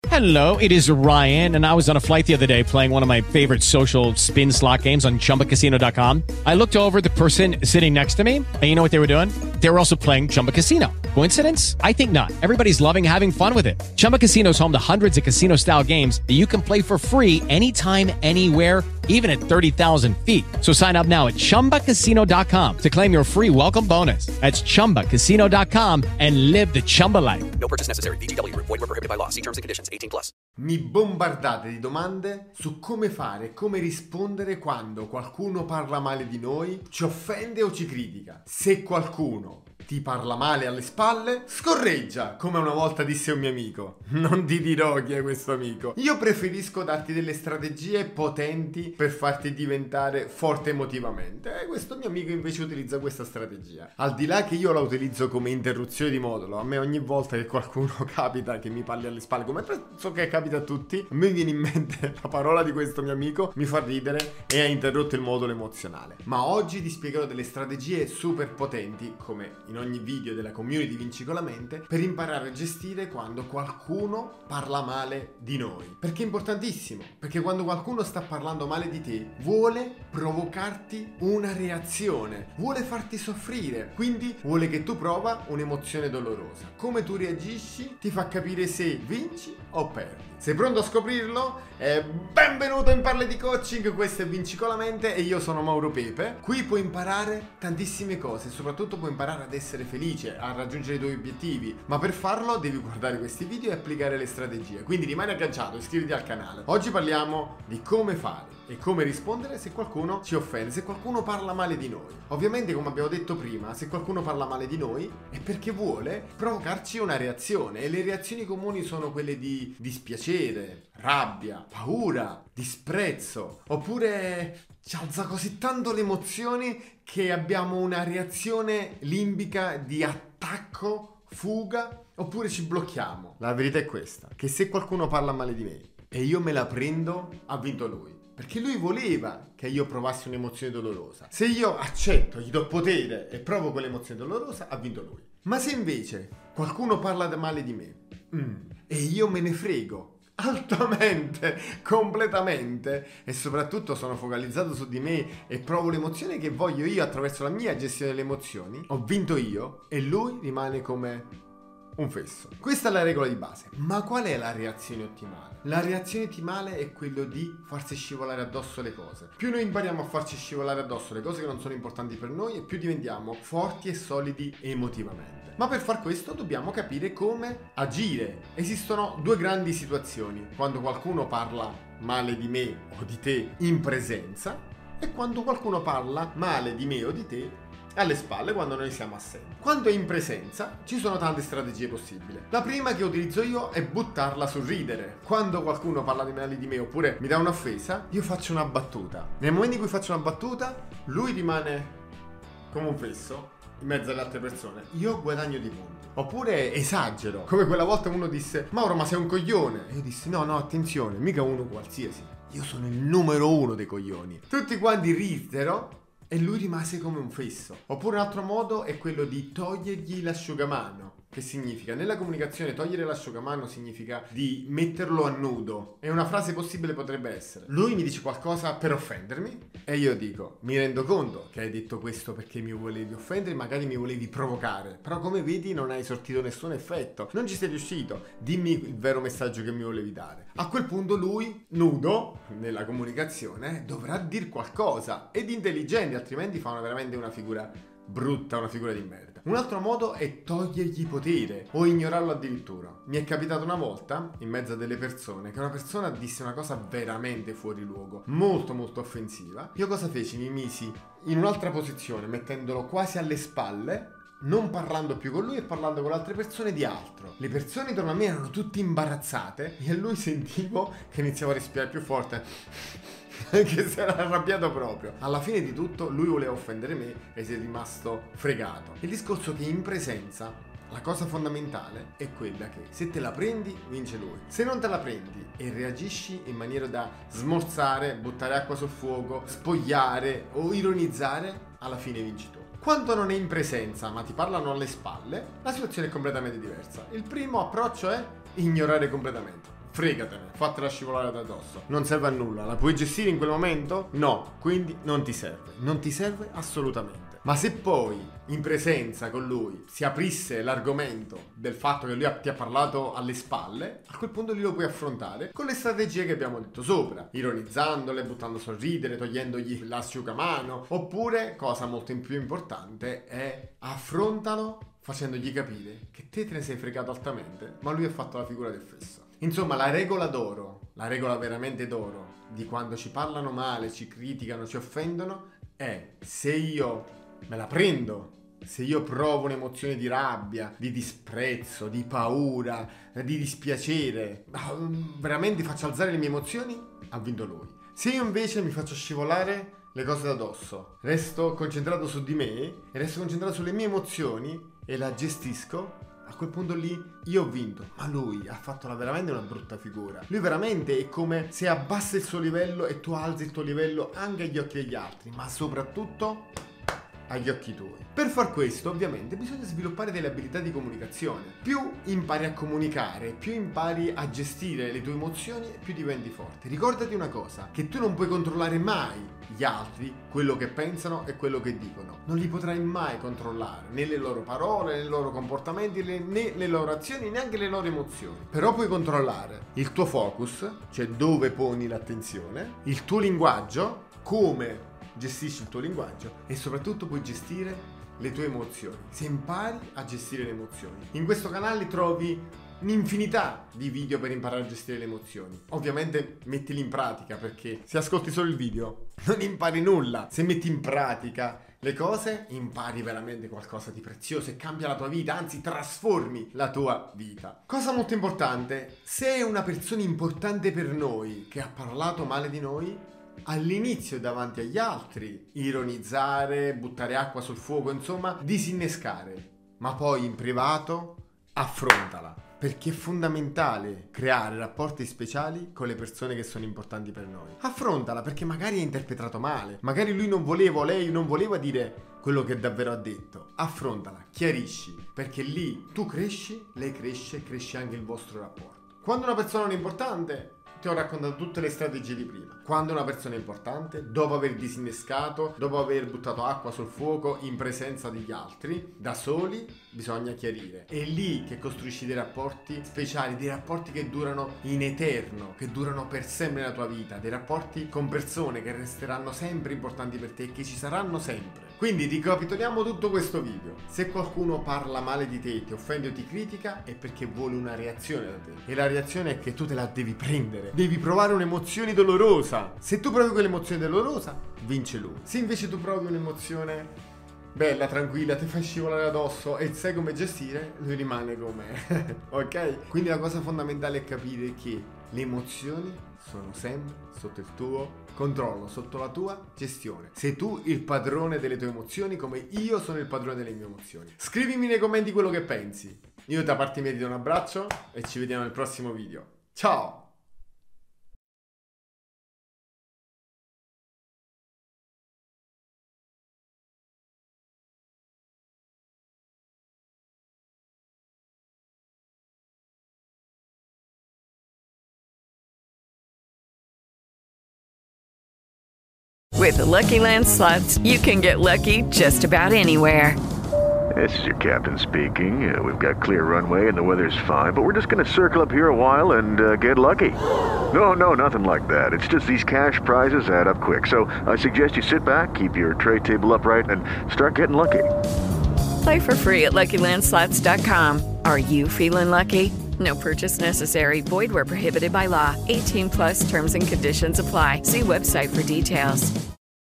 Hello, it is Ryan, and I was on a flight the other day playing one of my favorite social spin slot games on ChumbaCasino.com. I looked over at the person sitting next to me, and you know what they were doing? They were also playing Chumba Casino. Coincidence? I think not. Everybody's loving having fun with it. Chumba Casino is home to hundreds of casino-style games that you can play for free anytime, anywhere, even at 30,000 feet. So sign up now at ChumbaCasino.com to claim your free welcome bonus. That's ChumbaCasino.com and live the Chumba life. No purchase necessary. VGW. Void where prohibited by law. See terms and conditions. 18+. Mi bombardate di domande su come fare e come rispondere quando qualcuno parla male di noi, ci offende o ci critica. Se qualcuno ti parla male alle spalle, scorreggia, come una volta disse un mio amico. Non ti dirò chi è questo amico. Io preferisco darti delle strategie potenti per farti diventare forte emotivamente. E questo mio amico invece utilizza questa strategia. Al di là che io la utilizzo come interruzione di modulo, a me ogni volta che qualcuno capita che mi parli alle spalle, come penso che capita a tutti, a me viene in mente la parola di questo mio amico, mi fa ridere e ha interrotto il modulo emozionale. Ma oggi ti spiegherò delle strategie super potenti, come in ogni video della community Vinci con la mente, per imparare a gestire quando qualcuno parla male di noi. Perché è importantissimo, perché quando qualcuno sta parlando male di te vuole provocarti una reazione, vuole farti soffrire, quindi vuole che tu prova un'emozione dolorosa. Come tu reagisci ti fa capire se vinci o perdi. Sei pronto a scoprirlo? Benvenuto in Parle di Coaching, questo è Vinci con la mente e io sono Mauro Pepe. Qui puoi imparare tantissime cose, soprattutto puoi imparare ad essere felice, a raggiungere i tuoi obiettivi, ma per farlo devi guardare questi video e applicare le strategie. Quindi rimani agganciato, iscriviti al canale. Oggi parliamo di come fare e come rispondere se qualcuno ci offende, se qualcuno parla male di noi. Ovviamente, come abbiamo detto prima, se qualcuno parla male di noi è perché vuole provocarci una reazione, e le reazioni comuni sono quelle di dispiacere, rabbia, paura, disprezzo, oppure ci alza così tanto le emozioni che abbiamo una reazione limbica di attacco, fuga, oppure ci blocchiamo. La verità è questa, che se qualcuno parla male di me e io me la prendo, ha vinto lui. Perché lui voleva che io provassi un'emozione dolorosa. Se io accetto, gli do potere e provo quell'emozione dolorosa, ha vinto lui. Ma se invece qualcuno parla male di me e io me ne frego altamente, completamente, e soprattutto sono focalizzato su di me e provo l'emozione che voglio io attraverso la mia gestione delle emozioni, ho vinto io e lui rimane come un fesso. Questa è la regola di base. Ma qual è la reazione ottimale? La reazione ottimale è quello di farsi scivolare addosso le cose. Più noi impariamo a farci scivolare addosso le cose che non sono importanti per noi, e più diventiamo forti e solidi emotivamente. Ma per far questo dobbiamo capire come agire. Esistono due grandi situazioni: quando qualcuno parla male di me o di te in presenza, e quando qualcuno parla male di me o di te alle spalle, quando noi siamo assenti. Quando è in presenza ci sono tante strategie possibili. La prima che utilizzo io è buttarla sul ridere. Quando qualcuno parla di male di me oppure mi dà un'offesa, io faccio una battuta. Nel momento in cui faccio una battuta, lui rimane come un fesso in mezzo alle altre persone. Io guadagno di punti. Oppure esagero, come quella volta uno disse: Mauro, ma sei un coglione. E io dissi: no, attenzione, mica uno qualsiasi, io sono il numero uno dei coglioni. Tutti quanti risero e lui rimase come un fesso. Oppure un altro modo è quello di togliergli l'asciugamano. Che significa? Nella comunicazione togliere l'asciugamano significa di metterlo a nudo. E una frase possibile potrebbe essere: lui mi dice qualcosa per offendermi e io dico: mi rendo conto che hai detto questo perché mi volevi offendere, magari mi volevi provocare, però come vedi non hai sortito nessun effetto, non ci sei riuscito, dimmi il vero messaggio che mi volevi dare. A quel punto lui, nudo nella comunicazione, dovrà dir qualcosa ed intelligente, altrimenti fa veramente una figura brutta, una figura di merda. Un altro modo è togliergli potere o ignorarlo addirittura. Mi è capitato una volta, in mezzo a delle persone, che una persona disse una cosa veramente fuori luogo, molto offensiva. Io cosa feci? Mi misi in un'altra posizione, mettendolo quasi alle spalle, non parlando più con lui e parlando con le altre persone di altro. Le persone intorno a me erano tutte imbarazzate e a lui sentivo che iniziava a respirare più forte, che si era arrabbiato proprio. Alla fine di tutto lui voleva offendere me e si è rimasto fregato. Il discorso è che in presenza la cosa fondamentale è quella che se te la prendi vince lui. Se non te la prendi e reagisci in maniera da smorzare, buttare acqua sul fuoco, spogliare o ironizzare, alla fine vinci tu. Quando non è in presenza ma ti parlano alle spalle, la situazione è completamente diversa. Il primo approccio è ignorare completamente. fregatene, fatela scivolare da addosso. Non serve a nulla, la puoi gestire in quel momento? No, quindi non ti serve assolutamente. Ma se poi in presenza con lui si aprisse l'argomento del fatto che lui ti ha parlato alle spalle, a quel punto lì lo puoi affrontare con le strategie che abbiamo detto sopra, ironizzandole, buttando a sorridere, togliendogli l'asciugamano, oppure, cosa molto più importante, è affrontalo facendogli capire che te ne sei fregato altamente, ma lui ha fatto la figura del fesso. Insomma, la regola d'oro, la regola veramente d'oro di quando ci parlano male, ci criticano, ci offendono è: se io me la prendo, se io provo un'emozione di rabbia, di disprezzo, di paura, di dispiacere, veramente faccio alzare le mie emozioni, ha vinto lui. Se io invece mi faccio scivolare le cose da addosso, resto concentrato su di me e resto concentrato sulle mie emozioni e la gestisco, a quel punto lì io ho vinto. Ma lui ha fatto veramente una brutta figura. Lui veramente è come se abbassa il suo livello e tu alzi il tuo livello anche agli occhi degli altri, ma soprattutto agli occhi tuoi. Per far questo, ovviamente, bisogna sviluppare delle abilità di comunicazione. Più impari a comunicare, più impari a gestire le tue emozioni, più diventi forte. Ricordati una cosa, che tu non puoi controllare mai gli altri, quello che pensano e quello che dicono. Non li potrai mai controllare, né le loro parole, né i loro comportamenti, né le loro azioni, neanche le loro emozioni. Però puoi controllare il tuo focus, cioè dove poni l'attenzione, il tuo linguaggio, come gestisci il tuo linguaggio, e soprattutto puoi gestire le tue emozioni. Se impari a gestire le emozioni, in questo canale trovi un'infinità di video per imparare a gestire le emozioni. Ovviamente mettili in pratica, perché se ascolti solo il video non impari nulla. Se metti in pratica le cose, impari veramente qualcosa di prezioso e cambia la tua vita, anzi trasformi la tua vita. Cosa molto importante: se è una persona importante per noi che ha parlato male di noi, all'inizio davanti agli altri ironizzare, buttare acqua sul fuoco, insomma disinnescare, ma poi in privato affrontala, perché è fondamentale creare rapporti speciali con le persone che sono importanti per noi. Affrontala, perché magari hai interpretato male, magari lui non voleva o lei non voleva dire quello che davvero ha detto. Affrontala, chiarisci, perché lì tu cresci, lei cresce, cresce anche il vostro rapporto. Quando una persona non è importante, ti ho raccontato tutte le strategie di prima. Quando una persona è importante, dopo aver disinnescato, dopo aver buttato acqua sul fuoco in presenza degli altri, da soli, bisogna chiarire. È lì che costruisci dei rapporti speciali, dei rapporti che durano in eterno, che durano per sempre nella tua vita, dei rapporti con persone che resteranno sempre importanti per te e che ci saranno sempre. Quindi ricapitoliamo tutto questo video. Se qualcuno parla male di te, ti offende o ti critica, è perché vuole una reazione da te. E la reazione è che tu te la devi prendere. Devi provare un'emozione dolorosa. Se tu provi quell'emozione dolorosa, vince lui. Se invece tu provi un'emozione bella, tranquilla, ti fai scivolare addosso e sai come gestire, lui rimane com'è. Ok? Quindi la cosa fondamentale è capire che le emozioni sono sempre sotto il tuo controllo, sotto la tua gestione. Sei tu il padrone delle tue emozioni, come io sono il padrone delle mie emozioni. Scrivimi nei commenti quello che pensi. Io da parte mia ti do un abbraccio e ci vediamo nel prossimo video. Ciao! With the Lucky Land Slots, you can get lucky just about anywhere. This is your captain speaking. We've got clear runway and the weather's fine, but we're just going to circle up here a while and get lucky. No, nothing like that. It's just these cash prizes add up quick. So I suggest you sit back, keep your tray table upright, and start getting lucky. Play for free at LuckyLandSlots.com. Are you feeling lucky? No purchase necessary. Void where prohibited by law. 18+ terms and conditions apply. See website for details.